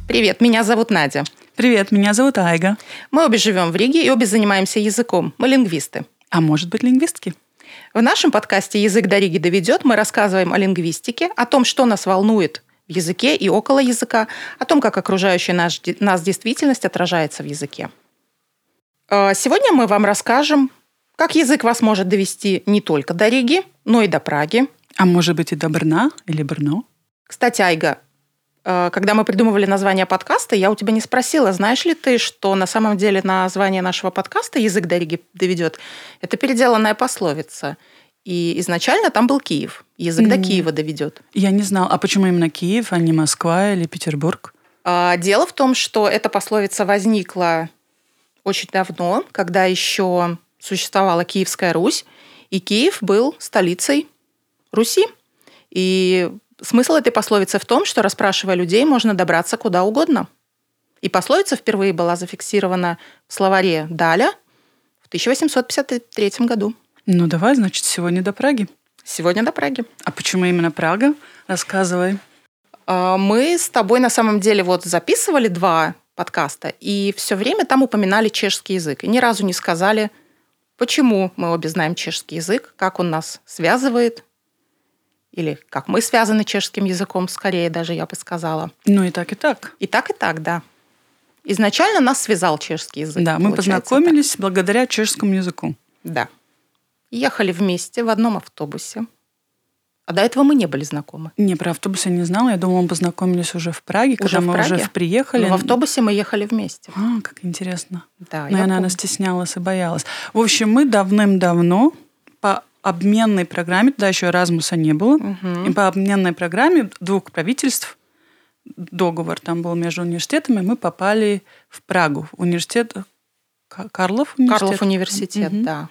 Привет, меня зовут Надя. Привет, меня зовут Айга. Мы обе живем в Риге и обе занимаемся языком. Мы лингвисты. А может быть, лингвистки? В нашем подкасте «Язык до Риги доведет» мы рассказываем о лингвистике, о том, что нас волнует в языке и около языка, о том, как окружающая нас действительность отражается в языке. Сегодня мы вам расскажем, как язык вас может довести не только до Риги, но и до Праги. А может быть, и до Брна или Брно? Кстати, Айга, когда мы придумывали название подкаста, я у тебя не спросила, знаешь ли ты, что на самом деле название нашего подкаста «Язык до Риги доведет» – это переделанная пословица. И изначально там был Киев. «Язык до Киева доведет». Я не знала. А почему именно Киев, а не Москва или Петербург? Дело в том, что эта пословица возникла очень давно, когда еще существовала Киевская Русь, и Киев был столицей Руси. И смысл этой пословицы в том, что, расспрашивая людей, можно добраться куда угодно. И пословица впервые была зафиксирована в словаре Даля в 1853 году. Ну давай, значит, сегодня до Праги. Сегодня до Праги. А почему именно Прага? Рассказывай. Мы с тобой на самом деле записывали 2 подкаста, и все время там упоминали чешский язык. И ни разу не сказали, почему мы обе знаем чешский язык, как он нас связывает, или как мы связаны чешским языком, скорее даже, я бы сказала. Ну и так, и так. И так, да. Изначально нас связал чешский язык. Да, мы познакомились благодаря чешскому языку. Да. Ехали вместе в одном автобусе. А до этого мы не были знакомы. Не, про автобус я не знала. Я думала, мы познакомились уже в Праге, когда мы уже приехали. Но в автобусе мы ехали вместе. Как интересно. Да, но я, наверное, стеснялась и боялась. В общем, мы давным-давно по обменной программе, тогда еще Эразмуса не было, и по обменной программе 2 правительств, договор там был между университетами, мы попали в Прагу. Университет Карлов университет? Карлов университет, да.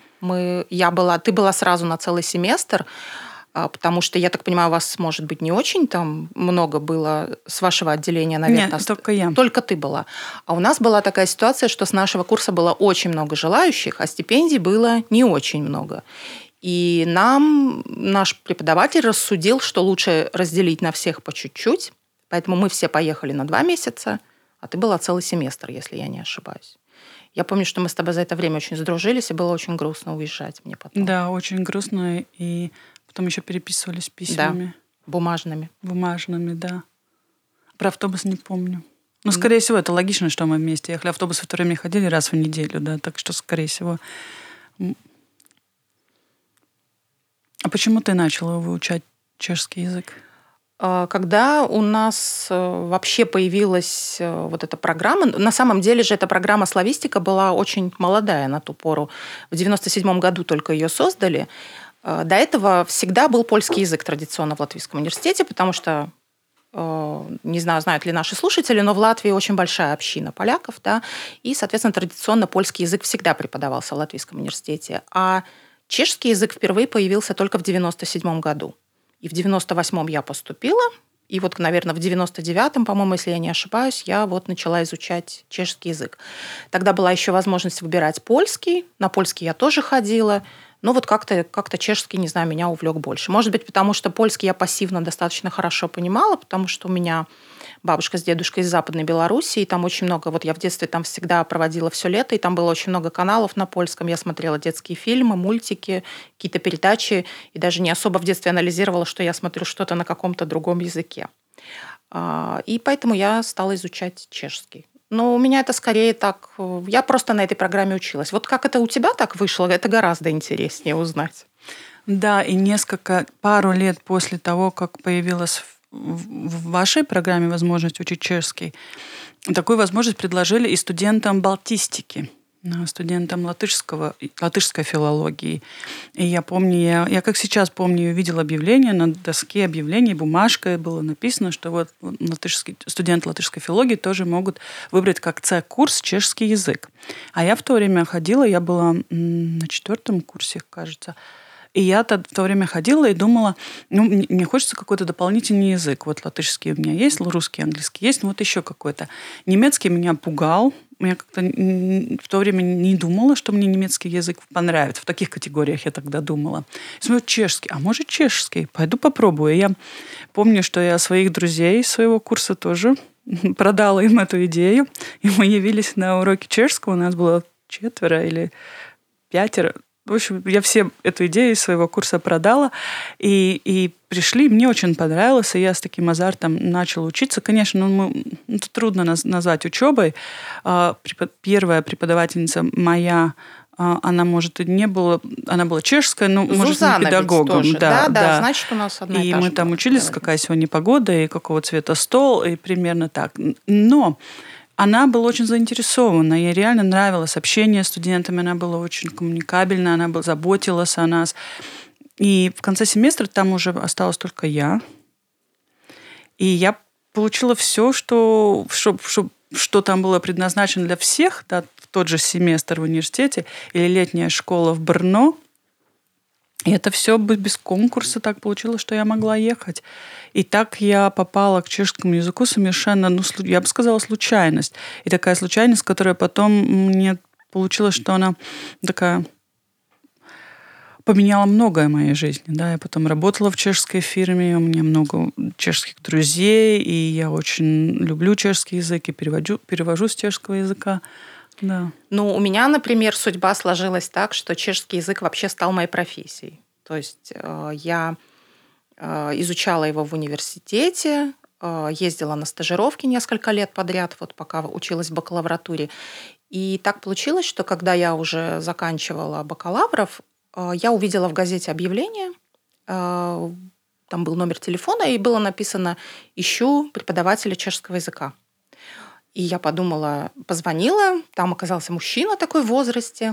Ты была сразу на целый семестр, потому что, я так понимаю, у вас, может быть, не очень там много было с вашего отделения, наверное. Нет, только я. Только ты была. А у нас была такая ситуация, что с нашего курса было очень много желающих, а стипендий было не очень много. И нам наш преподаватель рассудил, что лучше разделить на всех по чуть-чуть. Поэтому мы все поехали на 2 месяца, а ты была целый семестр, если я не ошибаюсь. Я помню, что мы с тобой за это время очень сдружились, и было очень грустно уезжать мне потом. Да, очень грустно. И потом еще переписывались письмами. Да, бумажными. Бумажными, да. Про автобус не помню. Ну, скорее всего, это логично, что мы вместе ехали. Автобусы в время ходили раз в неделю, да, так что, скорее всего. А почему ты начала выучать чешский язык? Когда у нас вообще появилась эта программа, на самом деле же эта программа «Славистика» была очень молодая на ту пору. В 1997 году только ее создали. До этого всегда был польский язык традиционно в Латвийском университете, потому что, не знаю, знают ли наши слушатели, но в Латвии очень большая община поляков, да, и, соответственно, традиционно польский язык всегда преподавался в Латвийском университете. А чешский язык впервые появился только в 1997 году. И в 1998 я поступила, и наверное, в 1999, по-моему, если я не ошибаюсь, я начала изучать чешский язык. Тогда была еще возможность выбирать польский, на польский я тоже ходила, но как-то чешский, не знаю, меня увлек больше. Может быть, потому что польский я пассивно достаточно хорошо понимала, потому что у меня бабушка с дедушкой из Западной Белоруссии, и там очень много, я в детстве там всегда проводила все лето, и там было очень много каналов на польском, я смотрела детские фильмы, мультики, какие-то передачи, и даже не особо в детстве анализировала, что я смотрю что-то на каком-то другом языке. И поэтому я стала изучать чешский. Но у меня это скорее так, я просто на этой программе училась. Как это у тебя так вышло, это гораздо интереснее узнать. Да, и пару лет после того, как появилась в вашей программе возможность учить чешский, такую возможность предложили и студентам балтистики, студентам латышской филологии. И я помню, я как сейчас помню, увидела объявление на доске объявлений, бумажкой было написано, что студенты латышской филологии тоже могут выбрать как С-курс чешский язык. А я в то время ходила, я была на 4 курсе, кажется. И я в то время ходила и думала, мне хочется какой-то дополнительный язык. Латышский у меня есть, русский, английский есть, еще какой-то. Немецкий меня пугал. Я как-то в то время не думала, что мне немецкий язык понравится. В таких категориях я тогда думала. И смотрю, чешский. А чешский? Пойду попробую. Я помню, что я своих друзей своего курса тоже продала им эту идею, и мы явились на уроки чешского, у нас было 4 или 5. В общем, я всем эту идею из своего курса продала, и пришли, мне очень понравилось, и я с таким азартом начала учиться. Конечно, это трудно назвать учебой. Первая преподавательница моя, она, может, и не была, она была чешская, но, может, не педагогом. Тоже. Да, значит, у нас одна и та же мы там учились, какая сегодня погода, и какого цвета стол, и примерно так. Но она была очень заинтересована, ей реально нравилось общение с студентами, она была очень коммуникабельна, она заботилась о нас. И в конце семестра там уже осталась только я. И я получила все, что там было предназначено для всех, да, в тот же семестр в университете или летняя школа в Брно. И это все без конкурса так получилось, что я могла ехать. И так я попала к чешскому языку совершенно, я бы сказала, случайность. И такая случайность, которая потом мне получилось, что она такая поменяла многое в моей жизни. Да. Я потом работала в чешской фирме, у меня много чешских друзей, и я очень люблю чешский язык и перевожу с чешского языка. Да. Ну, у меня, например, судьба сложилась так, что чешский язык вообще стал моей профессией. То есть я изучала его в университете, ездила на стажировки несколько лет подряд, вот пока училась в бакалавратуре. И так получилось, что когда я уже заканчивала бакалавров, я увидела в газете объявление, там был номер телефона, и было написано «Ищу преподавателя чешского языка». И я подумала, позвонила, там оказался мужчина такой в возрасте.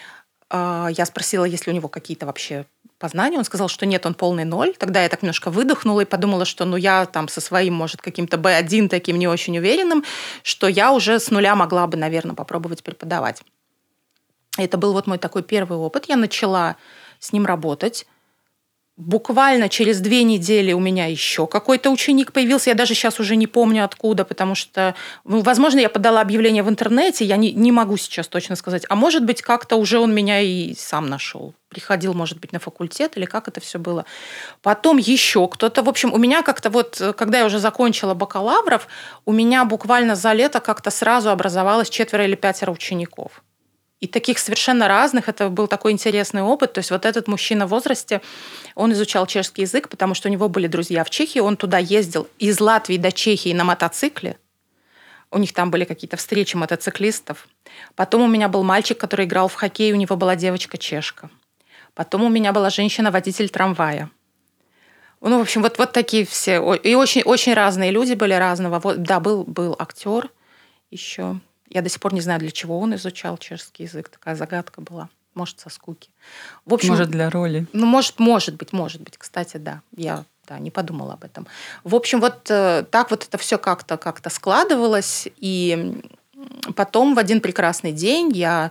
Я спросила, есть ли у него какие-то вообще познания. Он сказал, что нет, он полный 0. Тогда я так немножко выдохнула и подумала, что я там со своим, может, каким-то B1 таким не очень уверенным, что я уже с нуля могла бы, наверное, попробовать преподавать. Это был вот мой такой первый опыт. Я начала с ним работать. Буквально через 2 недели у меня еще какой-то ученик появился. Я даже сейчас уже не помню откуда, потому что, возможно, я подала объявление в интернете, я не могу сейчас точно сказать. А может быть, как-то уже он меня и сам нашел. Приходил, может быть, на факультет, или как это все было. Потом еще кто-то. В общем, у меня как-то вот, когда я уже закончила бакалавров, у меня буквально за лето как-то сразу образовалось 4 или 5 учеников. И таких совершенно разных. Это был такой интересный опыт. То есть вот этот мужчина в возрасте, он изучал чешский язык, потому что у него были друзья в Чехии. Он туда ездил из Латвии до Чехии на мотоцикле. У них там были какие-то встречи мотоциклистов. Потом у меня был мальчик, который играл в хоккей, у него была девочка-чешка. Потом у меня была женщина-водитель трамвая. Ну, в общем, вот такие все. И очень, очень разные люди были разного. Да, был актер еще. Я до сих пор не знаю, для чего он изучал чешский язык. Такая загадка была. Может, со скуки. В общем, может, для роли. Ну, может быть. Кстати, да. Я не подумала об этом. В общем, вот так вот это все как-то складывалось. И потом в один прекрасный день я,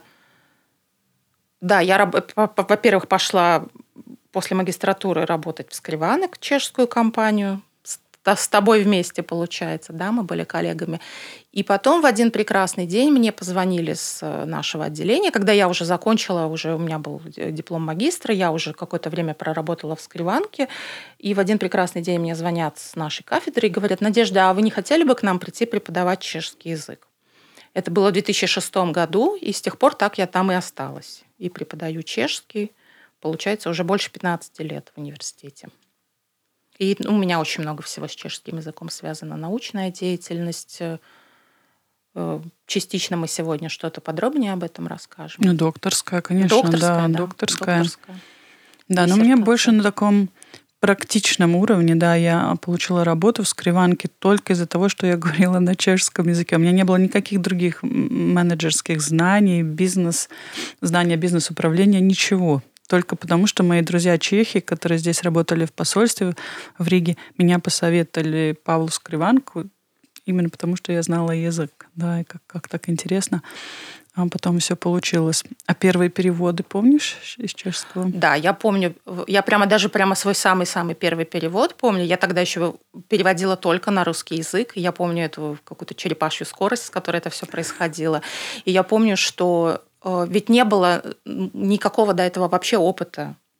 во-первых, пошла после магистратуры работать в Скриванек, чешскую компанию. С тобой вместе, получается, да, мы были коллегами. И потом в один прекрасный день мне позвонили с нашего отделения, когда я уже закончила, уже у меня был диплом магистра, я уже какое-то время проработала в Скриванке, и в один прекрасный день мне звонят с нашей кафедры и говорят: Надежда, а вы не хотели бы к нам прийти преподавать чешский язык? Это было в 2006 году, и с тех пор так я там и осталась. И преподаю чешский, получается, уже больше 15 лет в университете. И у меня очень много всего с чешским языком связано. Научная деятельность. Частично мы сегодня что-то подробнее об этом расскажем. Ну, докторская, конечно. Докторская. Да, но мне больше на таком практичном уровне, да, я получила работу в Скриванке только из-за того, что я говорила на чешском языке. У меня не было никаких других менеджерских знаний, знания бизнес-управления, ничего. Только потому, что мои друзья чехи, которые здесь работали в посольстве в Риге, меня посоветовали Павлу Скриванку, именно потому, что я знала язык. Да, и как так интересно. А потом все получилось. А первые переводы помнишь из чешского? Да, я помню. Я прямо свой самый-самый первый перевод помню. Я тогда еще переводила только на русский язык. Я помню эту какую-то черепашью скорость, с которой это все происходило. И я помню, что ведь не было никакого до этого вообще опыта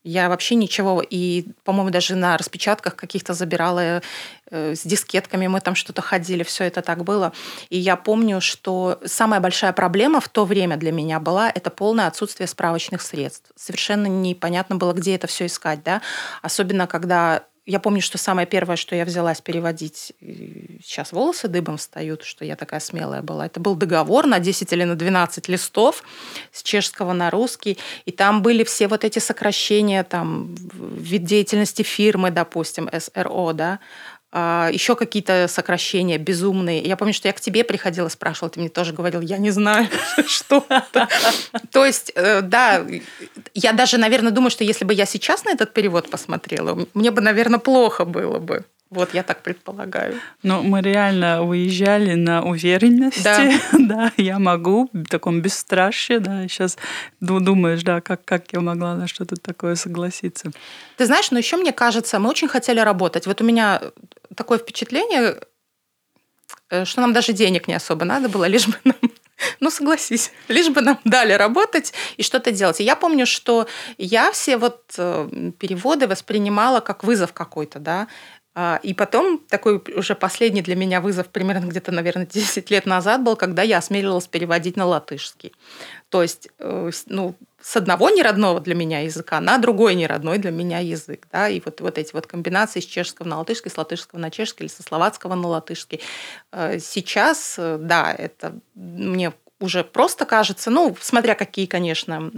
Я вообще ничего, и, по-моему, даже на распечатках каких-то забирала с дискетками, мы там что-то ходили, все это так было. И я помню, что самая большая проблема в то время для меня была это полное отсутствие справочных средств. Совершенно непонятно было, где это все искать, да. Особенно когда я помню, что самое первое, что я взялась переводить, и сейчас волосы дыбом встают, что я такая смелая была, это был договор на 10 или на 12 листов с чешского на русский, и там были все вот эти сокращения, там, вид деятельности фирмы, допустим, СРО, да, еще какие-то сокращения безумные. Я помню, что я к тебе приходила, спрашивала, ты мне тоже говорил, я не знаю, что это. То есть, да, я даже, наверное, думаю, что если бы я сейчас на этот перевод посмотрела, мне бы, наверное, плохо было бы. Вот я так предполагаю. Но мы реально уезжали на уверенности. Да. Да, я могу, в таком бесстрашии, да. Сейчас думаешь, да, как я могла на что-то такое согласиться. Ты знаешь, но еще мне кажется, мы очень хотели работать. Вот у меня такое впечатление, что нам даже денег не особо надо было, лишь бы нам, ну согласись, лишь бы нам дали работать и что-то делать. И я помню, что я все вот переводы воспринимала как вызов какой-то, да. И потом такой уже последний для меня вызов примерно где-то, наверное, 10 лет назад был, когда я осмелилась переводить на латышский. То есть, ну, с одного неродного для меня языка на другой неродной для меня язык. Да? И вот эти вот комбинации с чешского на латышский, с латышского на чешский или со словацкого на латышский. Сейчас, да, это мне уже просто кажется, ну, смотря какие, конечно,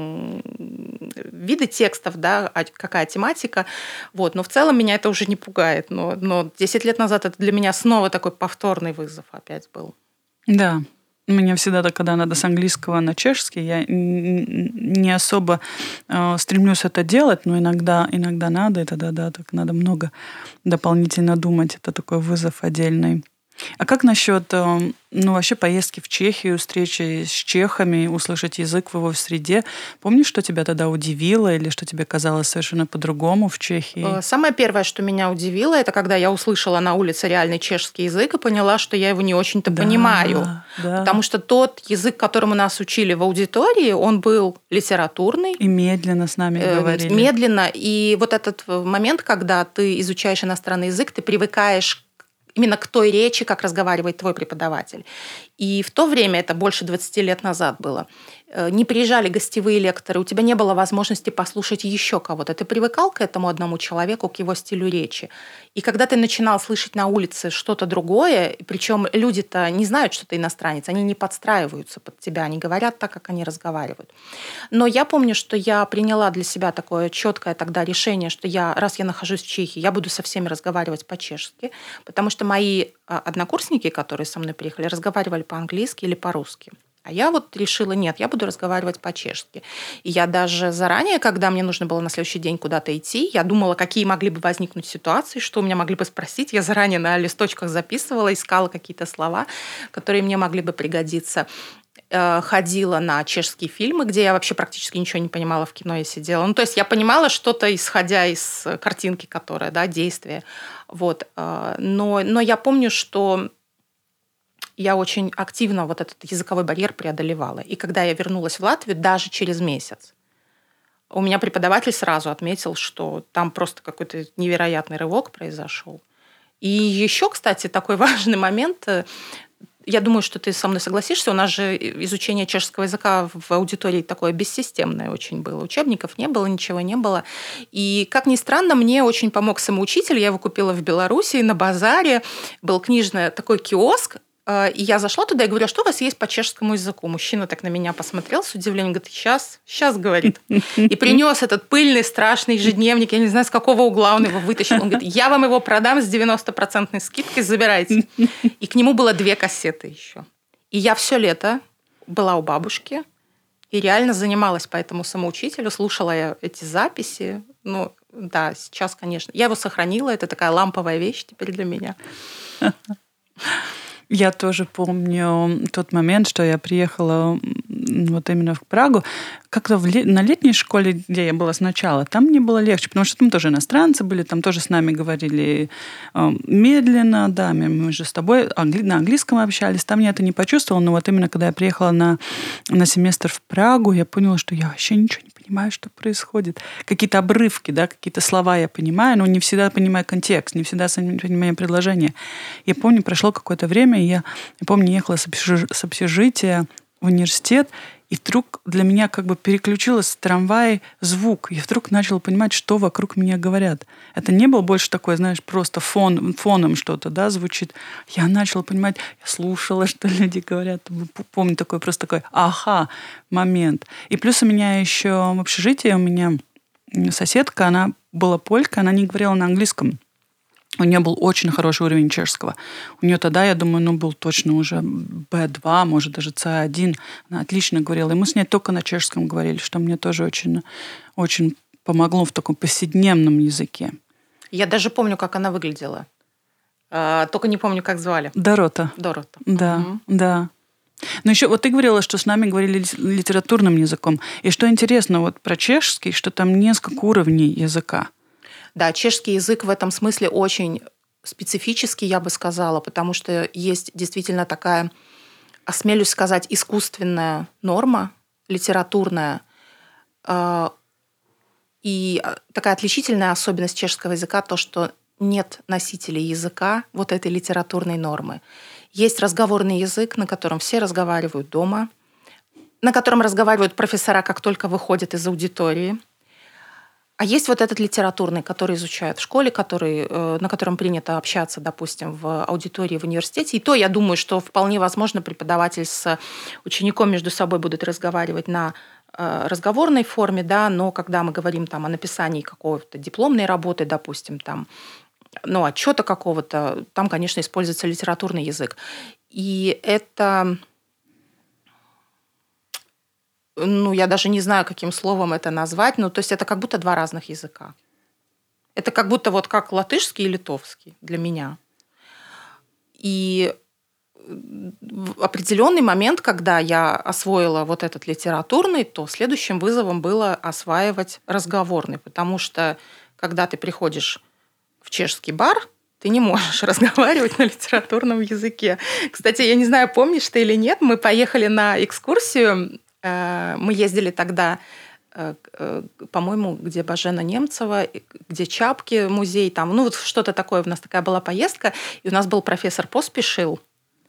виды текстов, да, какая тематика, вот, но в целом меня это уже не пугает. Но 10 лет назад это для меня снова такой повторный вызов опять был. Да. У меня всегда так, когда надо с английского на чешский, я не особо стремлюсь это делать, но иногда надо, и тогда, да, так надо много дополнительно думать. Это такой вызов отдельный. А как насчет, ну, вообще поездки в Чехию, встречи с чехами, услышать язык в его среде? Помнишь, что тебя тогда удивило или что тебе казалось совершенно по-другому в Чехии? Самое первое, что меня удивило, это когда я услышала на улице реальный чешский язык и поняла, что я его не очень-то понимаю. Да. Потому что тот язык, которому нас учили в аудитории, он был литературный. И медленно с нами говорили. Медленно. И вот этот момент, когда ты изучаешь иностранный язык, ты привыкаешь именно к той речи, как разговаривает твой преподаватель. И в то время, это больше 20 лет назад было, не приезжали гостевые лекторы, у тебя не было возможности послушать еще кого-то. Ты привыкал к этому одному человеку, к его стилю речи. И когда ты начинал слышать на улице что-то другое, причем люди-то не знают, что ты иностранец, они не подстраиваются под тебя, они говорят так, как они разговаривают. Но я помню, что я приняла для себя такое четкое тогда решение, что раз я нахожусь в Чехии, я буду со всеми разговаривать по-чешски, потому что мои однокурсники, которые со мной приехали, разговаривали по-английски или по-русски. А я вот решила, нет, я буду разговаривать по-чешски. И я даже заранее, когда мне нужно было на следующий день куда-то идти, я думала, какие могли бы возникнуть ситуации, что у меня могли бы спросить. Я заранее на листочках записывала, искала какие-то слова, которые мне могли бы пригодиться. Ходила на чешские фильмы, где я вообще практически ничего не понимала, в кино я сидела. Ну, то есть я понимала что-то, исходя из картинки, которая, да, действие. Вот. Но я помню, что я очень активно вот этот языковой барьер преодолевала. И когда я вернулась в Латвию, даже через месяц, у меня преподаватель сразу отметил, что там просто какой-то невероятный рывок произошел. И еще, кстати, такой важный момент. Я думаю, что ты со мной согласишься. У нас же изучение чешского языка в аудитории такое бессистемное очень было. Учебников не было, ничего не было. И, как ни странно, мне очень помог самоучитель. Я его купила в Беларуси на базаре. Был книжный такой киоск. И я зашла туда и говорю, а что у вас есть по чешскому языку? Мужчина так на меня посмотрел с удивлением, говорит, сейчас, говорит. И принес этот пыльный, страшный ежедневник, я не знаю, с какого угла он его вытащил. Он говорит, я вам его продам с 90% скидкой, забирайте. И к нему было 2 кассеты еще. И я все лето была у бабушки и реально занималась по этому самоучителю, слушала я эти записи. Ну, да, сейчас, конечно. Я его сохранила, это такая ламповая вещь теперь для меня. Я тоже помню тот момент, что я приехала вот именно в Прагу. Как-то на летней школе, где я была сначала, там мне было легче, потому что там тоже иностранцы были, там тоже с нами говорили медленно, да, мы же с тобой на английском общались, там я это не почувствовала, но вот именно когда я приехала на семестр в Прагу, я поняла, что я вообще ничего не понимаю. понимаю, что происходит. Какие-то обрывки, да, какие-то слова я понимаю, но не всегда понимаю контекст, не всегда понимаю предложение. Я помню, прошло какое-то время, и я помню, ехала с общежития в университет, и вдруг для меня как бы переключилось в трамвае звук. Я вдруг начала понимать, что вокруг меня говорят. Это не был больше такой, знаешь, просто фоном что-то, да, звучит. Я начала понимать, я слушала, что люди говорят. Помню просто такой момент. И плюс у меня еще в общежитии, у меня соседка, она была полька, она не говорила на английском. У нее был очень хороший уровень чешского. У нее тогда, я думаю, был точно уже B2, может, даже C1. Она отлично говорила. И мы с ней только на чешском говорили, что мне тоже очень, очень помогло в таком повседневном языке. Я даже помню, как она выглядела. Только не помню, как звали. Дорота. Да, да. Но еще вот ты говорила, что с нами говорили литературным языком. И что интересно, вот про чешский, что там несколько уровней языка. Да, чешский язык в этом смысле очень специфический, я бы сказала, потому что есть действительно такая, осмелюсь сказать, искусственная норма литературная. И такая отличительная особенность чешского языка то, что нет носителей языка вот этой литературной нормы. Есть разговорный язык, на котором все разговаривают дома, на котором разговаривают профессора, как только выходят из аудитории. А есть вот этот литературный, который изучают в школе, на котором принято общаться, допустим, в аудитории в университете. И то, я думаю, что вполне возможно преподаватель с учеником между собой будут разговаривать на разговорной форме, да, но когда мы говорим там о написании какой-то дипломной работы, допустим, там, отчета какого-то, там, конечно, используется литературный язык. И это... я даже не знаю, каким словом это назвать, то есть это как будто два разных языка. Это как будто вот как латышский и литовский для меня. И в определенный момент, когда я освоила вот этот литературный, то следующим вызовом было осваивать разговорный, потому что когда ты приходишь в чешский бар, ты не можешь разговаривать на литературном языке. Кстати, я не знаю, помнишь ты или нет, мы поехали на экскурсию. Мы ездили тогда, по-моему, где Бажена Немцева, где Чапки музей, там, вот что-то такое, у нас такая была поездка, и у нас был профессор Поспешил,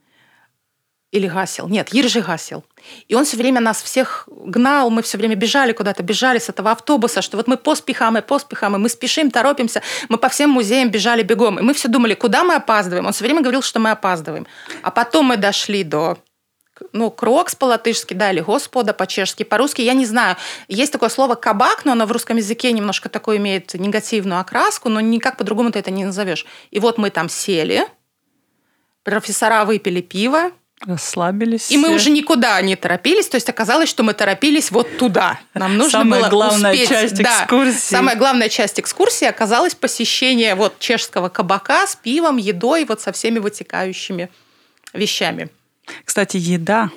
или Гасел, нет, Ержи Гасел. И он все время нас всех гнал, мы все время бежали куда-то, бежали с этого автобуса, что вот мы поспехаем, мы спешим, торопимся, мы по всем музеям бежали бегом. И мы все думали, куда мы опаздываем. Он все время говорил, что мы опаздываем. А потом мы дошли до... крокс по-латышски, да, или господа по-чешски, по-русски, я не знаю. Есть такое слово «кабак», но оно в русском языке немножко такое имеет негативную окраску, но никак по-другому ты это не назовешь. И вот мы там сели, профессора выпили пиво, расслабились. И мы уже никуда не торопились, то есть оказалось, что мы торопились вот туда. Нам нужно было Самая главная успеть. часть экскурсии. Самая главная часть экскурсии оказалась посещение вот чешского кабака с пивом, едой, вот со всеми вытекающими вещами. Кстати, еда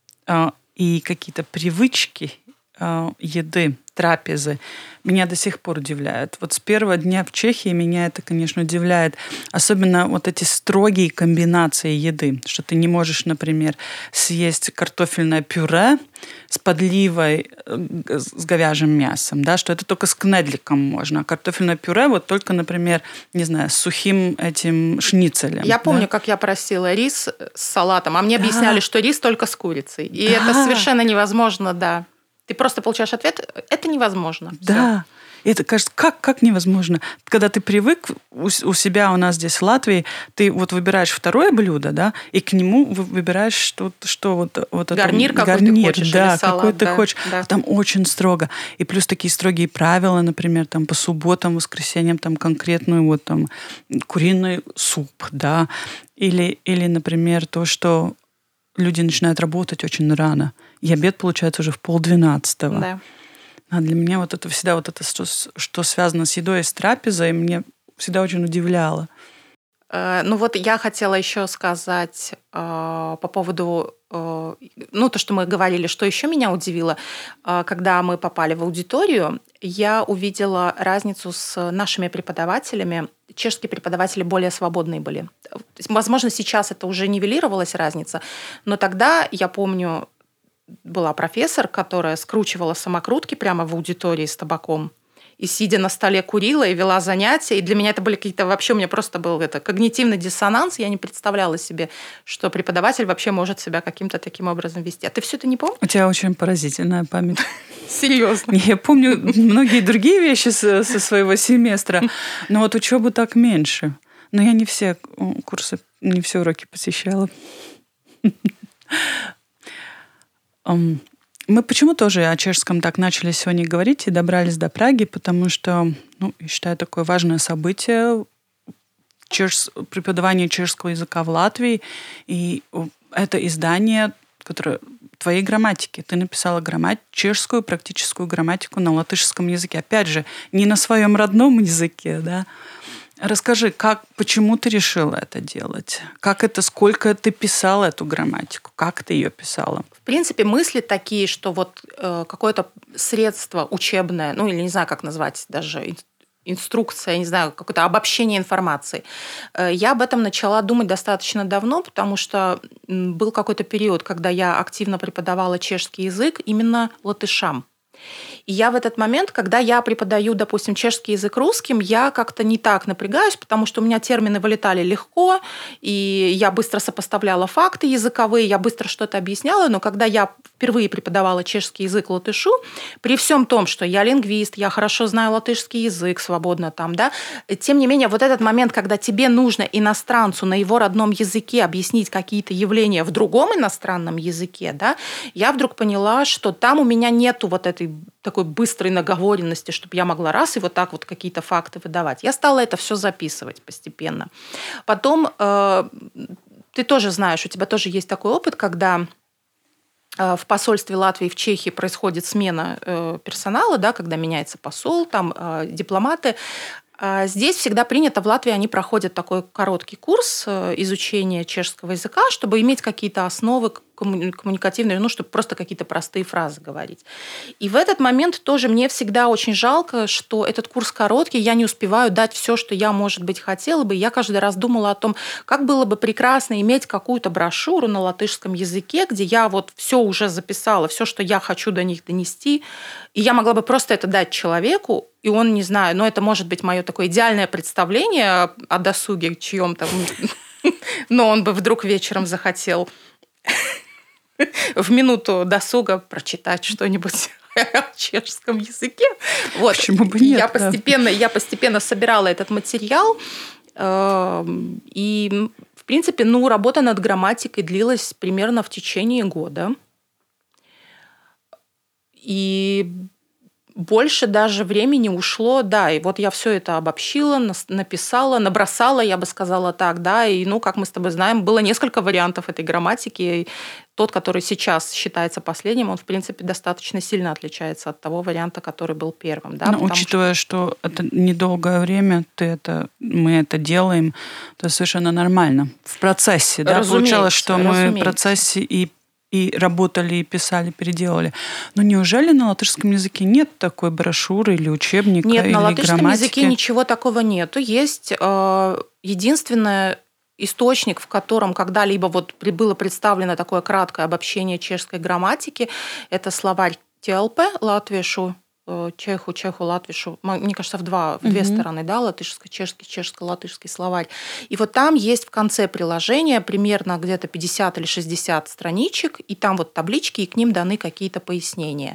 и какие-то привычки еды, трапезы меня до сих пор удивляют. Вот с первого дня в Чехии меня это, конечно, удивляет. Особенно вот эти строгие комбинации еды, что ты не можешь, например, съесть картофельное пюре с подливой с говяжьим мясом, да, что это только с кнедликом можно. А картофельное пюре вот только, например, не знаю, с сухим этим шницелем. Я помню, как я просила рис с салатом, а мне объясняли, что рис только с курицей. И это совершенно невозможно, да. Ты просто получаешь ответ, это невозможно. Да. И это кажется, как невозможно. Когда ты привык, у себя у нас здесь в Латвии, ты вот выбираешь второе блюдо, да, и к нему выбираешь что вот гарнир, это, какой ты хочешь, да, или салат, какой ты хочешь. Да. Там очень строго. И плюс такие строгие правила, например, там по субботам, воскресеньям там конкретную вот там куриный суп, да, или, например, то, что люди начинают работать очень рано, и обед получается уже в 11:30. Да. А для меня вот это всегда вот это, что связано с едой и с трапезой, мне всегда очень удивляло. Вот я хотела еще сказать по поводу, то, что мы говорили, что еще меня удивило, когда мы попали в аудиторию, я увидела разницу с нашими преподавателями. Чешские преподаватели более свободные были. Возможно, сейчас это уже нивелировалась разница, но тогда, я помню, была профессор, которая скручивала самокрутки прямо в аудитории с табаком. И, сидя на столе, курила и вела занятия. И для меня это были какие-то... Вообще у меня просто был когнитивный диссонанс. Я не представляла себе, что преподаватель вообще может себя каким-то таким образом вести. А ты все это не помнишь? У тебя очень поразительная память. Серьезно. Я помню многие другие вещи со своего семестра, но вот учебу так меньше. Но я не все курсы, не все уроки посещала. Мы почему тоже о чешском так начали сегодня говорить и добрались до Праги, потому что, я считаю, такое важное событие преподавание чешского языка в Латвии. И это издание, которое твоей грамматики. Ты написала чешскую практическую грамматику на латышском языке. Опять же, не на своем родном языке, да. Расскажи, почему ты решила это делать? Сколько ты писала эту грамматику? Как ты ее писала? В принципе, мысли такие, что вот какое-то средство учебное, или не знаю, как назвать, даже инструкция, не знаю, какое-то обобщение информации. Я об этом начала думать достаточно давно, потому что был какой-то период, когда я активно преподавала чешский язык именно латышам. И я в этот момент, когда я преподаю, допустим, чешский язык русским, я как-то не так напрягаюсь, потому что у меня термины вылетали легко, и я быстро сопоставляла факты языковые, я быстро что-то объясняла, но когда я впервые преподавала чешский язык латышу, при всем том, что я лингвист, я хорошо знаю латышский язык свободно там, да, тем не менее, вот этот момент, когда тебе нужно иностранцу на его родном языке объяснить какие-то явления в другом иностранном языке, да, я вдруг поняла, что там у меня нету вот этой такой быстрой наговоренности, чтобы я могла раз и вот так вот какие-то факты выдавать. Я стала это все записывать постепенно. Потом ты тоже знаешь, у тебя тоже есть такой опыт, когда в посольстве Латвии в Чехии происходит смена персонала, да, когда меняется посол, там дипломаты. Здесь всегда принято, в Латвии они проходят такой короткий курс изучения чешского языка, чтобы иметь какие-то основы коммуникативные, чтобы просто какие-то простые фразы говорить. И в этот момент тоже мне всегда очень жалко, что этот курс короткий, я не успеваю дать все, что я, может быть, хотела бы. Я каждый раз думала о том, как было бы прекрасно иметь какую-то брошюру на латышском языке, где я вот все уже записала, все, что я хочу до них донести, и я могла бы просто это дать человеку, и он, не знаю, но это может быть мое такое идеальное представление о досуге чьем-то, но он бы вдруг вечером захотел в минуту досуга прочитать что-нибудь о чешском языке. Вот. Почему бы нет? Я постепенно собирала этот материал, и, в принципе, работа над грамматикой длилась примерно в течение года. И больше даже времени ушло, да, и вот я все это обобщила, написала, набросала, я бы сказала так, да, и, как мы с тобой знаем, было несколько вариантов этой грамматики, и тот, который сейчас считается последним, он, в принципе, достаточно сильно отличается от того варианта, который был первым, да. Но учитывая, что это недолгое время, мы это делаем, то совершенно нормально. В процессе, да, получалось, что мы в процессе и работали, и писали, переделали. Но неужели на латышском языке нет такой брошюры или учебника, или грамматики? Нет, на латышском языке ничего такого нету. Есть единственный источник, в котором когда-либо было представлено такое краткое обобщение чешской грамматики, это словарь Телпе, латвишу, чеху, латвишу, мне кажется, в две стороны, да, латышско-чешский, чешско-латышский словарь. И вот там есть в конце приложения примерно где-то 50 или 60 страничек, и там вот таблички, и к ним даны какие-то пояснения.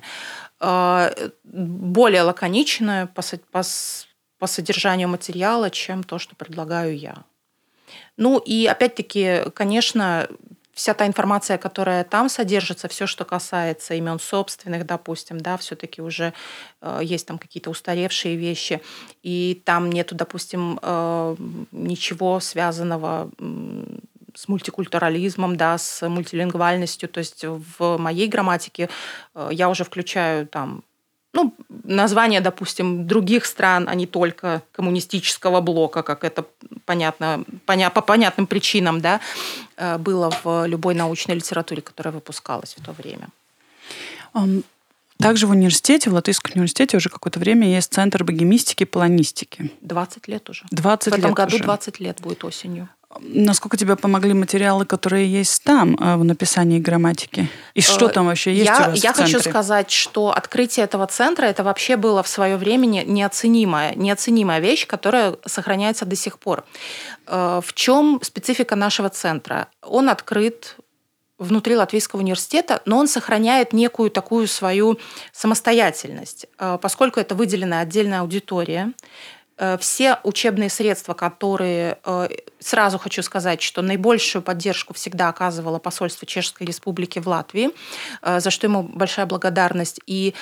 Более лаконичное по содержанию материала, чем то, что предлагаю я. И опять-таки, конечно, вся та информация, которая там содержится, все, что касается имен собственных, допустим, да, все-таки уже есть там какие-то устаревшие вещи, и там нету, допустим, ничего связанного с мультикультурализмом, да, с мультилингвальностью. То есть в моей грамматике я уже включаю там названия, допустим, других стран, а не только коммунистического блока, как это понятно, по понятным причинам, да, было в любой научной литературе, которая выпускалась в то время. Также в Латвийском университете уже какое-то время есть Центр богемистики и полонистики. 20 лет уже. 20 лет в этом году уже. 20 лет будет осенью. Насколько тебе помогли материалы, которые есть там в написании грамматики? И что там вообще есть у вас в Я центре? хочу сказать, что открытие этого центра это вообще было в свое время неоценимая вещь, которая сохраняется до сих пор. В чем специфика нашего центра? Он открыт внутри Латвийского университета, но он сохраняет некую такую свою самостоятельность, поскольку это выделенная отдельная аудитория. Все учебные средства, которые, сразу хочу сказать, что наибольшую поддержку всегда оказывало посольство Чешской Республики в Латвии, за что ему большая благодарность. И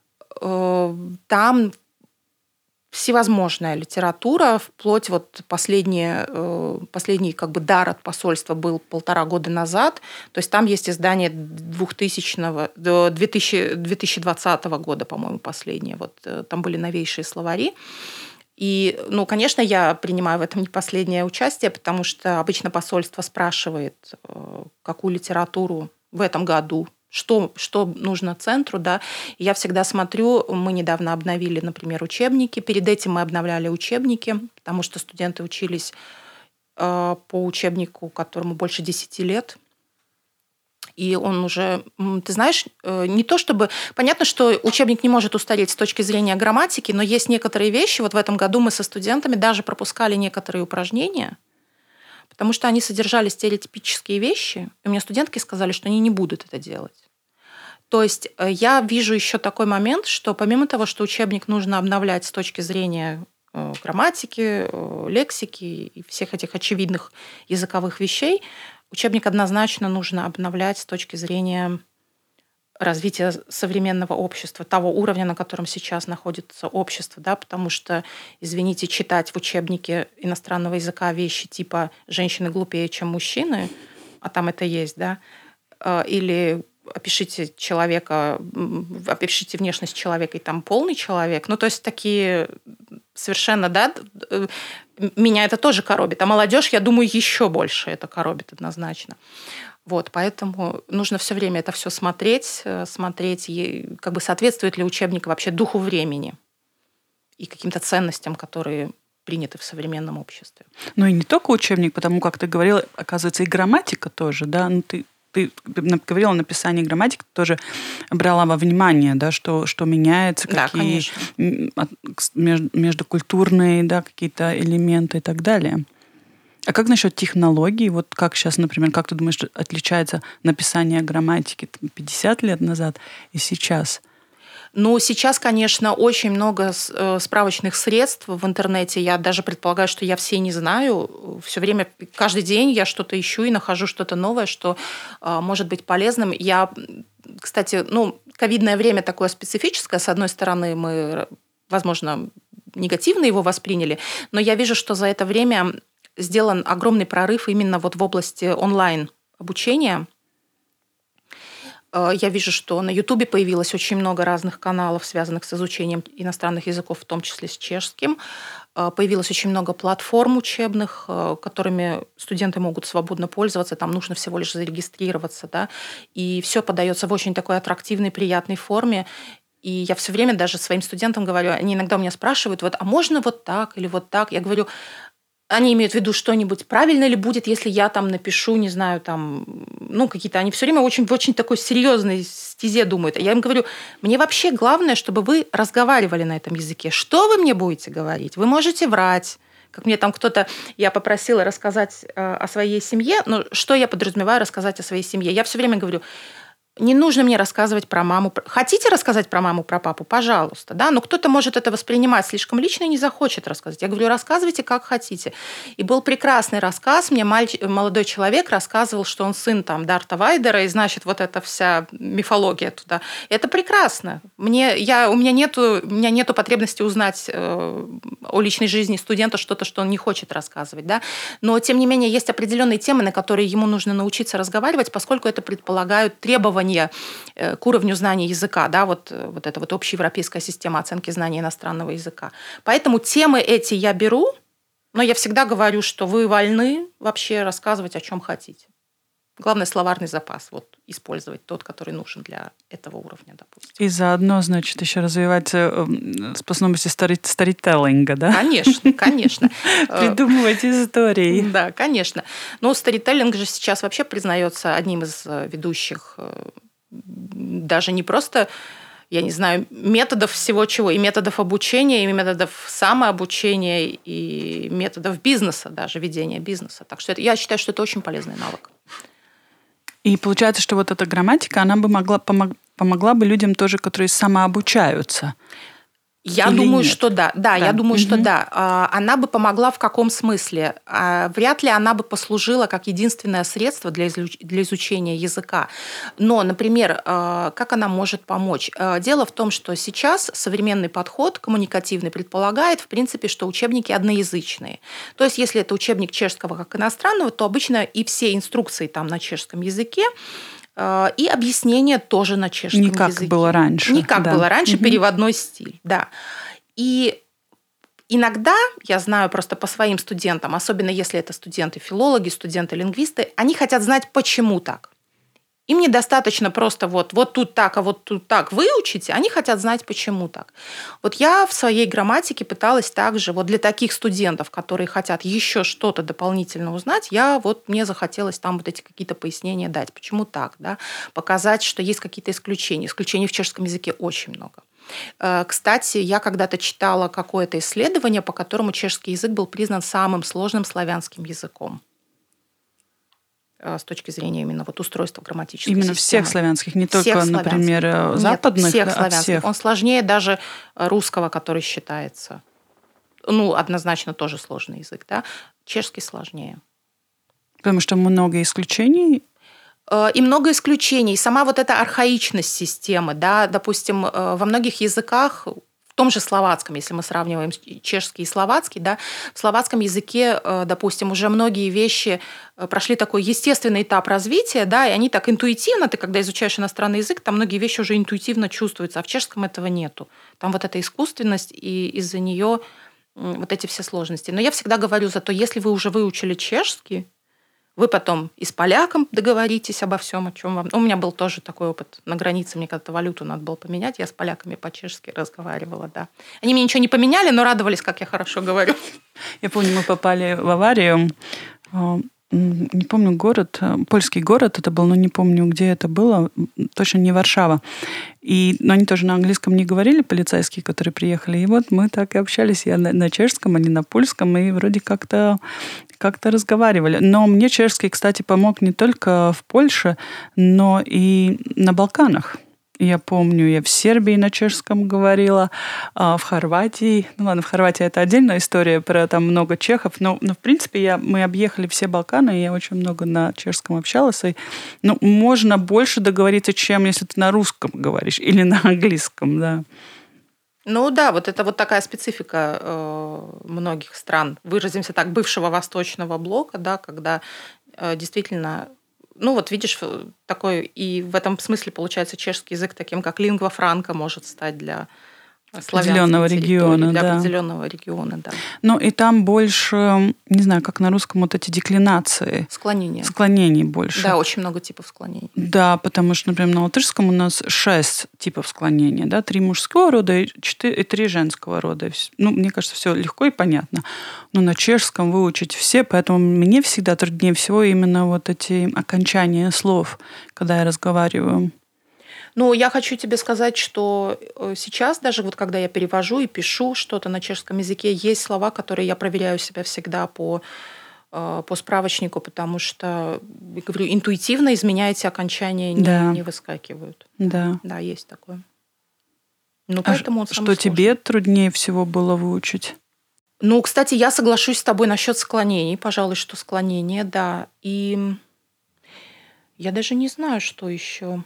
там всевозможная литература, вплоть вот последний как бы дар от посольства был 1,5 года назад. То есть там есть издание 2020 года, по-моему, последнее. Вот там были новейшие словари. И, конечно, я принимаю в этом не последнее участие, потому что обычно посольство спрашивает, какую литературу в этом году, что нужно центру, да. И я всегда смотрю, мы недавно обновили, например, учебники. Перед этим мы обновляли учебники, потому что студенты учились по учебнику, которому больше 10 лет. И он уже, ты знаешь, не то чтобы... Понятно, что учебник не может устареть с точки зрения грамматики, но есть некоторые вещи. Вот в этом году мы со студентами даже пропускали некоторые упражнения, потому что они содержали стереотипические вещи. И у меня студентки сказали, что они не будут это делать. То есть я вижу еще такой момент, что помимо того, что учебник нужно обновлять с точки зрения грамматики, лексики и всех этих очевидных языковых вещей, учебник однозначно нужно обновлять с точки зрения развития современного общества, того уровня, на котором сейчас находится общество, да, потому что, извините, читать в учебнике иностранного языка вещи типа «женщины глупее, чем мужчины», а там это есть, да, или опишите внешность человека, и там полный человек. То есть такие совершенно, да, меня это тоже коробит. А молодежь, я думаю, еще больше это коробит однозначно. Вот, поэтому нужно все время это все смотреть, как бы соответствует ли учебник вообще духу времени и каким-то ценностям, которые приняты в современном обществе. Ну и не только учебник, потому как ты говорила, оказывается, и грамматика тоже, да, ты говорила о написании грамматики, тоже брала во внимание, да, что меняется, какие междукультурные, да, какие-то элементы и так далее. А как насчет технологий? Вот как сейчас, например, как ты думаешь, отличается написание грамматики 50 лет назад и сейчас? Сейчас, конечно, очень много справочных средств в интернете. Я даже предполагаю, что я все не знаю. Все время, каждый день я что-то ищу и нахожу что-то новое, что может быть полезным. Кстати, ковидное время такое специфическое. С одной стороны, мы, возможно, негативно его восприняли, но я вижу, что за это время сделан огромный прорыв именно вот в области онлайн-обучения. Я вижу, что на Ютубе появилось очень много разных каналов, связанных с изучением иностранных языков, в том числе с чешским. Появилось очень много платформ учебных, которыми студенты могут свободно пользоваться. Там нужно всего лишь зарегистрироваться. Да? И все подается в очень такой аттрактивной, приятной форме. И я все время даже своим студентам говорю, они иногда у меня спрашивают, а можно вот так или вот так? Я говорю, они имеют в виду что-нибудь, правильно ли будет, если я там напишу, не знаю, там, какие-то... Они все время в очень такой серьезной стезе думают. Я им говорю, мне вообще главное, чтобы вы разговаривали на этом языке. Что вы мне будете говорить? Вы можете врать. Как мне там я попросила рассказать о своей семье, но что я подразумеваю рассказать о своей семье? Я все время говорю, не нужно мне рассказывать про маму. Хотите рассказать про маму, про папу? Пожалуйста. Да? Но кто-то может это воспринимать слишком лично и не захочет рассказать. Я говорю, рассказывайте, как хотите. И был прекрасный рассказ. Мне молодой человек рассказывал, что он сын там, Дарта Вайдера, и, значит, вот эта вся мифология туда. Это прекрасно. У меня нету потребности узнать о личной жизни студента что-то, что он не хочет рассказывать. Да? Но, тем не менее, есть определенные темы, на которые ему нужно научиться разговаривать, поскольку это предполагают требования к уровню знания языка, да, вот эта вот общеевропейская система оценки знания иностранного языка. Поэтому темы эти я беру, но я всегда говорю, что вы вольны вообще рассказывать, о чем хотите. Главное, словарный запас вот использовать тот, который нужен для этого уровня, допустим. И заодно, значит, еще развивать способности сторителлинга, да? Конечно, конечно. Придумывать истории. Да, конечно. Но сторителлинг же сейчас вообще признается одним из ведущих, даже не просто, я не знаю, методов всего чего, и методов обучения, и методов самообучения, и методов бизнеса, даже ведения бизнеса. Так что я считаю, что это очень полезный навык. И получается, что вот эта грамматика, она бы помогла бы людям тоже, которые самообучаются. Я думаю, что да. Да, я думаю, что да. Она бы помогла в каком смысле? Вряд ли она бы послужила как единственное средство для изучения языка. Но, например, как она может помочь? Дело в том, что сейчас современный подход коммуникативный предполагает, в принципе, что учебники одноязычные. То есть, если это учебник чешского как иностранного, то обычно и все инструкции там на чешском языке, и объяснение тоже на чешском языке. Не как было раньше. Не как было раньше, переводной стиль, да. И иногда, я знаю просто по своим студентам, особенно если это студенты-филологи, студенты-лингвисты, они хотят знать, почему так. Им недостаточно просто вот тут так, а вот тут так выучить, они хотят знать, почему так. Вот я в своей грамматике пыталась также вот для таких студентов, которые хотят еще что-то дополнительно узнать, мне захотелось там вот эти какие-то пояснения дать, почему так, да, показать, что есть какие-то исключения. Исключений в чешском языке очень много. Кстати, я когда-то читала какое-то исследование, по которому чешский язык был признан самым сложным славянским языком с точки зрения именно вот устройства грамматической именно системы. Всех славянских, не только, например, западных. Нет, всех славянских. Всех. Он сложнее даже русского, который считается, однозначно тоже сложный язык, да? Чешский сложнее. Потому что много исключений. И много исключений. Сама вот эта архаичность системы, да, допустим, во многих языках, в том же словацком, если мы сравниваем чешский и словацкий, да, в словацком языке, допустим, уже многие вещи прошли такой естественный этап развития, да, и они так интуитивно, ты когда изучаешь иностранный язык, там многие вещи уже интуитивно чувствуются, а в чешском этого нету. Там вот эта искусственность, и из-за нее вот эти все сложности. Но я всегда говорю, зато если вы уже выучили чешский, вы потом и с поляком договоритесь обо всем, о чем вам. У меня был тоже такой опыт. На границе мне когда-то валюту надо было поменять. Я с поляками по-чешски разговаривала, да. Они мне ничего не поменяли, но радовались, как я хорошо говорю. Я помню, мы попали в аварию. Не помню город, польский город это был, но не помню, где это было, точно не Варшава. Но они тоже на английском не говорили, полицейские, которые приехали. И вот мы так и общались, я на чешском, они на польском, и вроде как-то разговаривали. Но мне чешский, кстати, помог не только в Польше, но и на Балканах. Я помню, я в Сербии на чешском говорила, в Хорватии. В Хорватии это отдельная история, про там много чехов. Но в принципе, мы объехали все Балканы, и я очень много на чешском общалась. И, можно больше договориться, чем если ты на русском говоришь или на английском, да. Да, вот это вот такая специфика многих стран, выразимся так, бывшего Восточного блока, да, когда действительно... видишь, такой, и в этом смысле, получается, чешский язык таким, как лингва франка, может стать для определенного региона, для да. определенного региона, да. И там больше, не знаю, как на русском, вот эти деклинации. Склонения. Склонений больше. Да, очень много типов склонений. Да, потому что, например, на латышском у нас 6 типов склонения, да, 3 мужского рода и 3 женского рода. Мне кажется, все легко и понятно. Но на чешском выучить все, поэтому мне всегда труднее всего именно вот эти окончания слов, когда я разговариваю. Я хочу тебе сказать, что сейчас даже вот когда я перевожу и пишу что-то на чешском языке, есть слова, которые я проверяю себя всегда по справочнику, потому что, я говорю, интуитивно изменяете окончания, не выскакивают. Да. Да, есть такое. Поэтому он самый что сложный. тебе труднее всего было выучить? Кстати, я соглашусь с тобой насчет склонений. Пожалуй, что склонение, да. И я даже не знаю, что еще.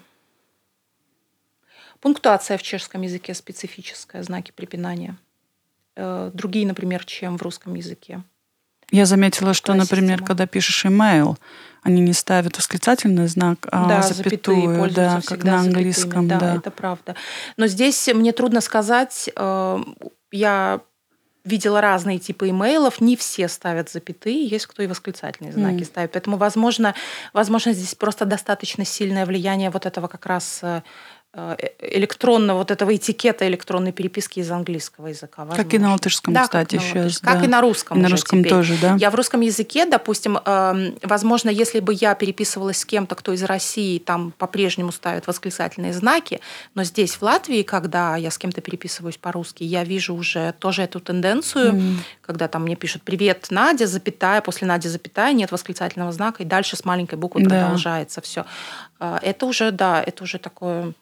Пунктуация в чешском языке специфическая, знаки препинания. Другие, например, чем в русском языке. Я заметила, что, например, когда пишешь имейл, они не ставят восклицательный знак, а запятую, да, как на английском. Да, это правда. Но здесь мне трудно сказать. Я видела разные типы имейлов, не все ставят запятые, есть кто и восклицательные знаки ставит. Поэтому, возможно, здесь просто достаточно сильное влияние вот этого как раз электронного, вот этого этикета электронной переписки из английского языка. Возможно. Как и на латышском, да, кстати, сейчас. Как и на русском. И на русском теперь. тоже, да. Я в русском языке, допустим, возможно, если бы я переписывалась с кем-то, кто из России, там по-прежнему ставят восклицательные знаки, но здесь, в Латвии, когда я с кем-то переписываюсь по-русски, я вижу уже тоже эту тенденцию, когда там мне пишут «Привет, Надя», запятая, после Нади запятая, нет восклицательного знака, и дальше с маленькой буквы продолжается все. Это уже такое...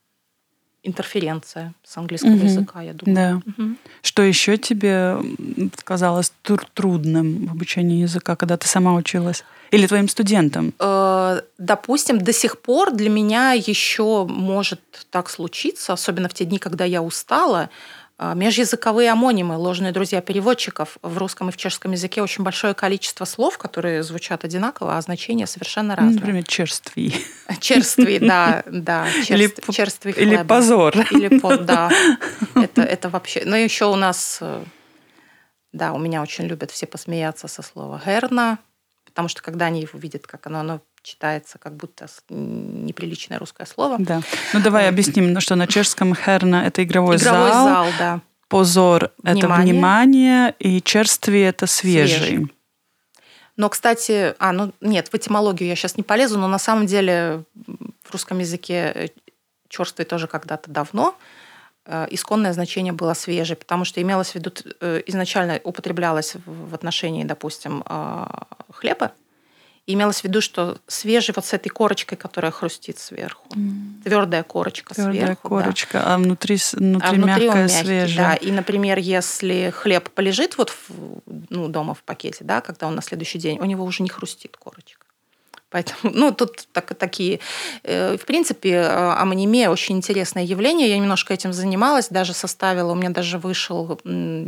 интерференция с английского языка, я думаю. Да. Что еще тебе казалось трудным в обучении языка, когда ты сама училась? Или твоим студентам? Допустим, до сих пор для меня еще может так случиться, особенно в те дни, когда я устала, межязыковые амонимы, ложные друзья переводчиков. В русском и в чешском языке очень большое количество слов, которые звучат одинаково, а значения совершенно разные. Например, черствий. Черствий, да. Черствий хлеба. Или позор. Да. Это вообще... Но еще у нас... Да, у меня очень любят все посмеяться со слова «герна», потому что когда они его видят, как оно читается, как будто неприличное русское слово. Да. Ну, давай объясним, что на чешском «херна» — это игровой зал. Игровой зал, да. «Позор» — это внимание, и «черствий» — это свежий. Но, кстати, нет, в этимологию я сейчас не полезу, но на самом деле в русском языке «черствый» тоже когда-то давно исконное значение было свежий, потому что имелось в виду, изначально употреблялось в отношении, допустим, хлеба, и имелось в виду, что свежий вот с этой корочкой, которая хрустит сверху. Твердая корочка сверху. Твердая корочка, да. а внутри он мягкая, мягкий, свежая. Да. И, например, если хлеб полежит вот дома в пакете, да, когда он на следующий день, у него уже не хрустит корочка. Поэтому, тут такие... В принципе, амонимия очень интересное явление. Я немножко этим занималась, даже составила, у меня даже вышел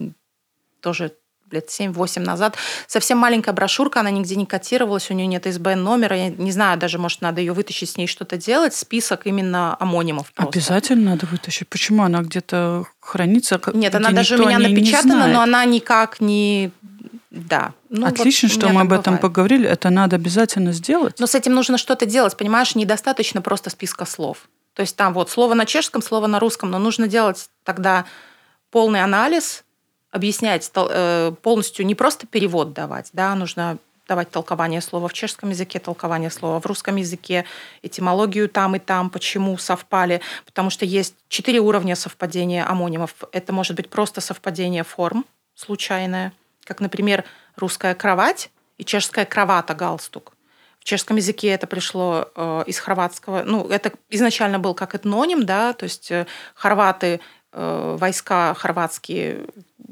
тоже лет 7-8 назад. Совсем маленькая брошюрка, она нигде не котировалась, у нее нет ИСБН-номера. Я не знаю, даже, может, надо ее вытащить, с ней что-то делать. Список именно амонимов просто. Обязательно надо вытащить. Почему? Она где-то хранится? Нет, она даже у меня напечатана, но она никак не... Да. Отлично, что мы об этом поговорили. Это надо обязательно сделать. Но с этим нужно что-то делать, понимаешь? Недостаточно просто списка слов. То есть там вот слово на чешском, слово на русском, но нужно делать тогда полный анализ, объяснять полностью, не просто перевод давать, да, нужно давать толкование слова в чешском языке, толкование слова в русском языке, этимологию там и там, почему совпали, потому что есть 4 уровня совпадения амонимов. Это может быть просто совпадение форм случайное, как, например, русская кровать и чешская кравата, галстук. В чешском языке это пришло из хорватского. Это изначально был как этноним, да, то есть хорваты, войска хорватские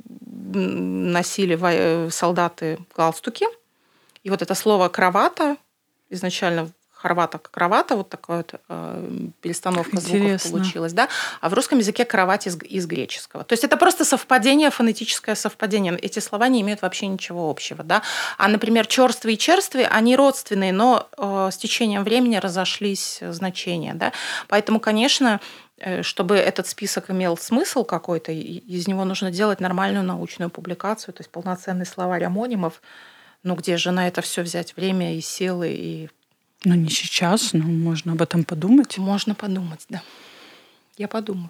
носили солдаты галстуки. И вот это слово «кравата», изначально хорвата как кровата, вот такая вот перестановка звуков получилась. Да? А в русском языке кровать из греческого. То есть это просто совпадение, фонетическое совпадение. Эти слова не имеют вообще ничего общего. Да? А, например, черствый и черствый, они родственные, но с течением времени разошлись значения. Да? Поэтому, конечно, чтобы этот список имел смысл какой-то, из него нужно делать нормальную научную публикацию, то есть полноценный словарь амонимов. Где же на это все взять время и силы, и... Не сейчас, но можно об этом подумать. Можно подумать, да. Я подумаю.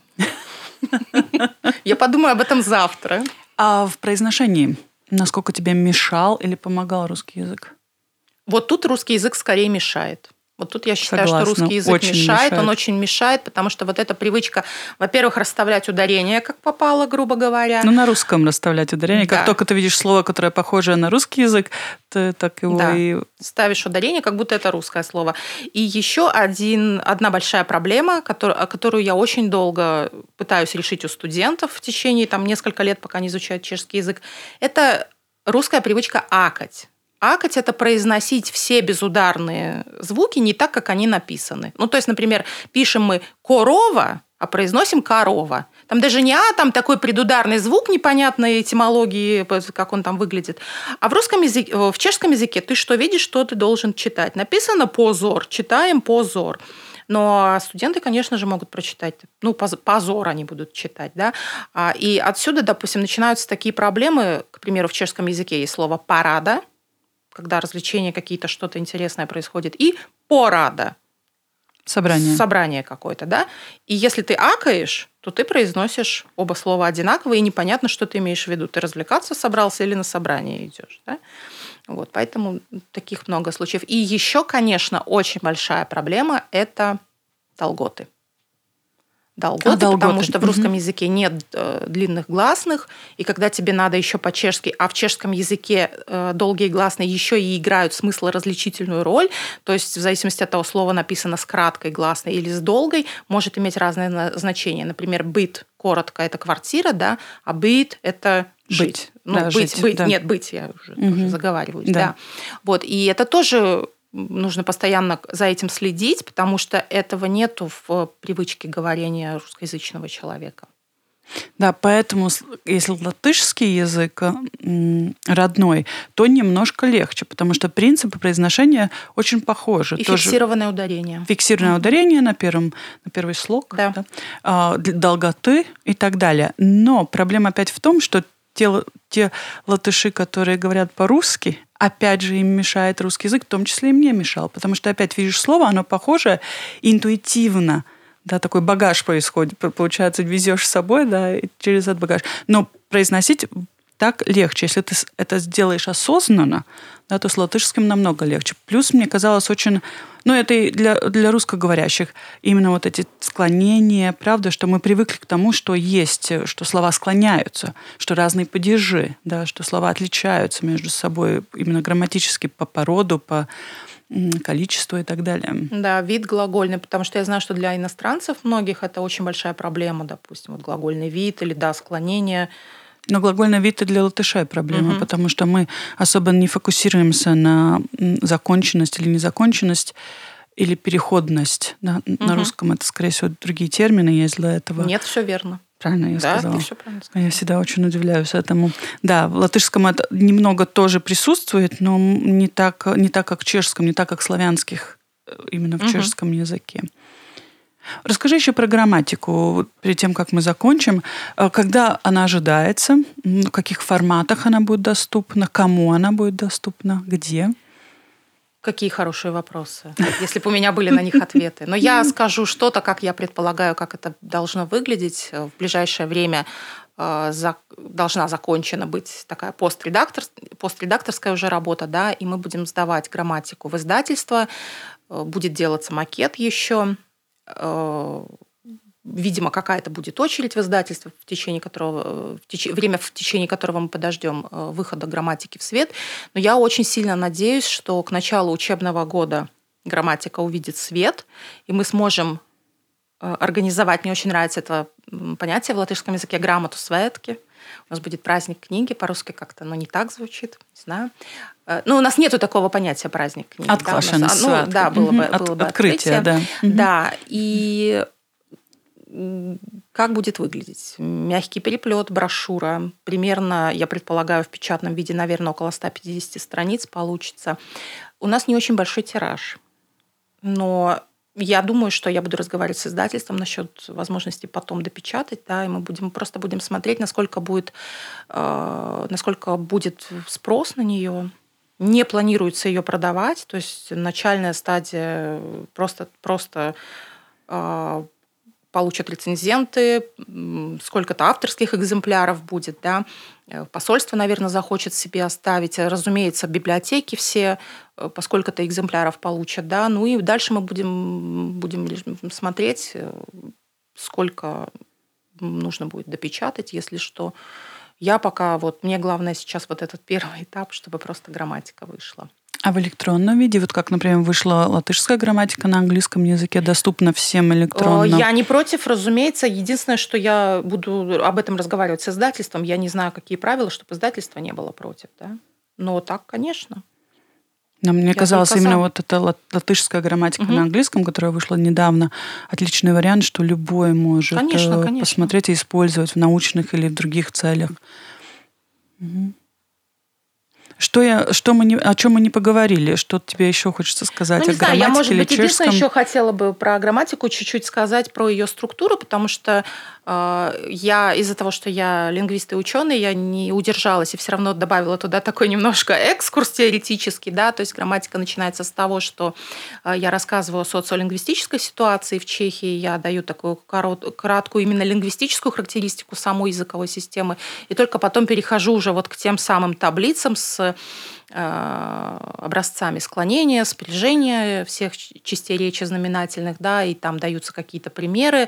Я подумаю об этом завтра. А в произношении насколько тебе мешал или помогал русский язык? Вот тут русский язык скорее мешает. Вот тут я считаю, Согласна, что русский язык мешает. Он очень мешает, потому что вот эта привычка, во-первых, расставлять ударения, как попало, грубо говоря. На русском расставлять ударения. Да. Как только ты видишь слово, которое похоже на русский язык, ты так его и... ставишь ударение, как будто это русское слово. И еще одна большая проблема, которую я очень долго пытаюсь решить у студентов в течение нескольких лет, пока они изучают чешский язык, это русская привычка акать. Акать – это произносить все безударные звуки не так, как они написаны. То есть, например, пишем мы «корова», а произносим «корова». Там даже не «а», там такой предударный звук непонятной этимологии, как он там выглядит. А в чешском языке ты что видишь, что ты должен читать. Написано «позор», читаем «позор». Но студенты, конечно же, могут прочитать, позор они будут читать, да. И отсюда, допустим, начинаются такие проблемы, к примеру, в чешском языке есть слово «парада», когда развлечения какие-то, что-то интересное происходит, и «порада». Собрание какое-то, да. И если ты акаешь, то ты произносишь оба слова одинаково, и непонятно, что ты имеешь в виду. Ты развлекаться собрался или на собрание идешь, да? Вот, поэтому таких много случаев. И еще, конечно, очень большая проблема – это долготы. Долготы, потому что в русском языке нет длинных гласных, и когда тебе надо еще по-чешски, а в чешском языке долгие гласные еще и играют смыслоразличительную роль, то есть в зависимости от того, слово написано с краткой гласной или с долгой, может иметь разные значения. Например, быт коротко – это квартира, да, а быт – это жить. Быть. Да. Нет, быть, я уже заговариваюсь. Да. Вот, и это тоже... Нужно постоянно за этим следить, потому что этого нету в привычке говорения русскоязычного человека. Да, поэтому, если латышский язык родной, то немножко легче, потому что принципы произношения очень похожи. И тоже фиксированное ударение. Фиксированное ударение на первый слог, да. Долготы и так далее. Но проблема опять в том, что те латыши, которые говорят по-русски, опять же, им мешает русский язык, в том числе и мне мешал, потому что опять видишь слово, оно похоже интуитивно, да, такой багаж происходит, получается, везешь с собой, да, через этот багаж. Но произносить так легче. Если ты это сделаешь осознанно, да, то с латышским намного легче. Плюс мне казалось очень... это и для русскоговорящих. Именно вот эти склонения, правда, что мы привыкли к тому, что есть, что слова склоняются, что разные падежи, да, что слова отличаются между собой именно грамматически по роду, по количеству и так далее. Да, вид глагольный, потому что я знаю, что для иностранцев многих это очень большая проблема, допустим, вот глагольный вид или, да, склонение. Но глагольный вид и для латышей проблема, потому что мы особо не фокусируемся на законченность или незаконченность или переходность. Да? На русском это, скорее всего, другие термины есть для этого. Нет, все верно. Правильно я сказала? Да, ты все правильно сказала. Я всегда очень удивляюсь этому. Да, в латышском это немного тоже присутствует, но не так, как в чешском, не так, как в славянских, именно в чешском языке. Расскажи еще про грамматику, перед тем, как мы закончим. Когда она ожидается, в каких форматах она будет доступна, кому она будет доступна, где? Какие хорошие вопросы, если бы у меня были на них ответы. Но я скажу что-то, как я предполагаю, как это должно выглядеть. В ближайшее время должна закончена быть такая постредакторская уже работа, да, и мы будем сдавать грамматику в издательство, будет делаться макет еще. Видимо, какая-то будет очередь в издательстве, в течение которого мы подождем выхода грамматики в свет. Но я очень сильно надеюсь, что к началу учебного года грамматика увидит свет, и мы сможем организовать, мне очень нравится это понятие в латышском языке, грамоту светки. У нас будет праздник книги, по-русски как-то, не так звучит, не знаю. У нас нету такого понятия праздник книги. Отклашенный святки. Да, было бы открытие. Да. Да, и как будет выглядеть? Мягкий переплет, брошюра. Примерно, я предполагаю, в печатном виде, наверное, около 150 страниц получится. У нас не очень большой тираж. Но я думаю, что я буду разговаривать с издательством насчет возможности потом допечатать, да, и мы просто будем смотреть, насколько будет спрос на нее. Не планируется ее продавать, то есть начальная стадия просто получат рецензенты, сколько-то авторских экземпляров будет, да. Посольство, наверное, захочет себе оставить. Разумеется, библиотеки все по сколько-то экземпляров получат, да. И дальше мы будем смотреть, сколько нужно будет допечатать, если что. Я пока мне главное сейчас этот первый этап, чтобы просто грамматика вышла. А в электронном виде, как, например, вышла латышская грамматика на английском языке, доступна всем электронно? Я не против, разумеется. Единственное, что я буду об этом разговаривать с издательством. Я не знаю, какие правила, чтобы издательство не было против. Да? Но так, конечно. Но мне казалось, именно эта латышская грамматика на английском, которая вышла недавно, отличный вариант, что любой может посмотреть и использовать в научных или в других целях. О чем мы не поговорили? Что тебе еще хочется сказать о грамматике я, может или быть, единственное, чешском? еще хотела бы про грамматику чуть-чуть сказать, про ее структуру, потому что я из-за того, что я лингвист и ученый, я не удержалась и все равно добавила туда такой немножко экскурс теоретический, да, то есть грамматика начинается с того, что я рассказываю о социолингвистической ситуации в Чехии, я даю такую краткую именно лингвистическую характеристику самой языковой системы, и только потом перехожу уже вот к тем самым таблицам с образцами склонения, спряжения всех частей речи знаменательных, да, и там даются какие-то примеры,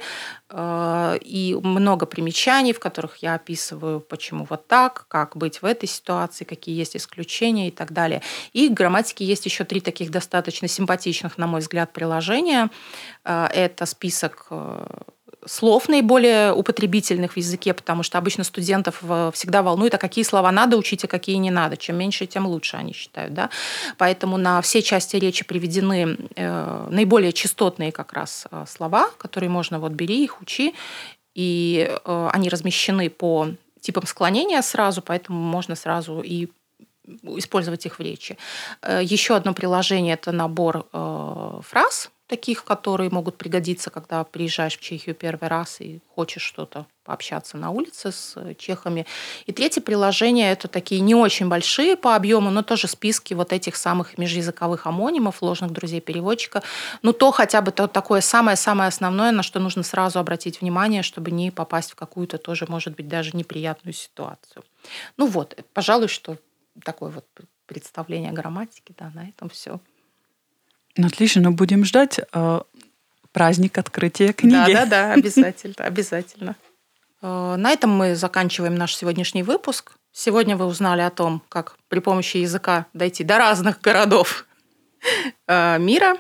и много примечаний, в которых я описываю, почему вот так, как быть в этой ситуации, какие есть исключения и так далее. И к грамматике есть еще 3 таких достаточно симпатичных, на мой взгляд, приложения. Это список слов наиболее употребительных в языке, потому что обычно студентов всегда волнует, а какие слова надо учить, а какие не надо. Чем меньше, тем лучше, они считают. Да? Поэтому на все части речи приведены наиболее частотные как раз слова, которые можно вот бери их, учи, и они размещены по типам склонения сразу, поэтому можно сразу и использовать их в речи. Еще одно приложение – это набор фраз, таких, которые могут пригодиться, когда приезжаешь в Чехию первый раз и хочешь что-то пообщаться на улице с чехами. И третье приложение – это такие не очень большие по объему, но тоже списки вот этих самых межязыковых омонимов, ложных друзей-переводчика. Ну, то хотя бы то такое самое-самое основное, на что нужно сразу обратить внимание, чтобы не попасть в какую-то тоже, может быть, даже неприятную ситуацию. Ну вот, пожалуй, что такое вот представление о грамматике, да, на этом все. Ну, отлично, но будем ждать праздник открытия книги. Да, обязательно. На этом мы заканчиваем наш сегодняшний выпуск. Сегодня вы узнали о том, как при помощи языка дойти до разных городов мира.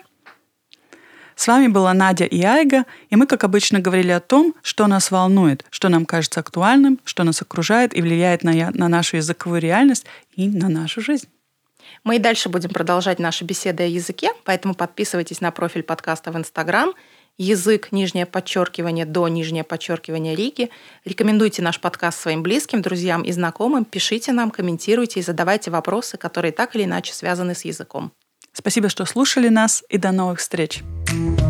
С вами была Надя и Айга, и мы, как обычно, говорили о том, что нас волнует, что нам кажется актуальным, что нас окружает и влияет на нашу языковую реальность и на нашу жизнь. Мы и дальше будем продолжать наши беседы о языке, поэтому подписывайтесь на профиль подкаста в Инстаграм «Язык, _до_Риги». Рекомендуйте наш подкаст своим близким, друзьям и знакомым, пишите нам, комментируйте и задавайте вопросы, которые так или иначе связаны с языком. Спасибо, что слушали нас, и до новых встреч!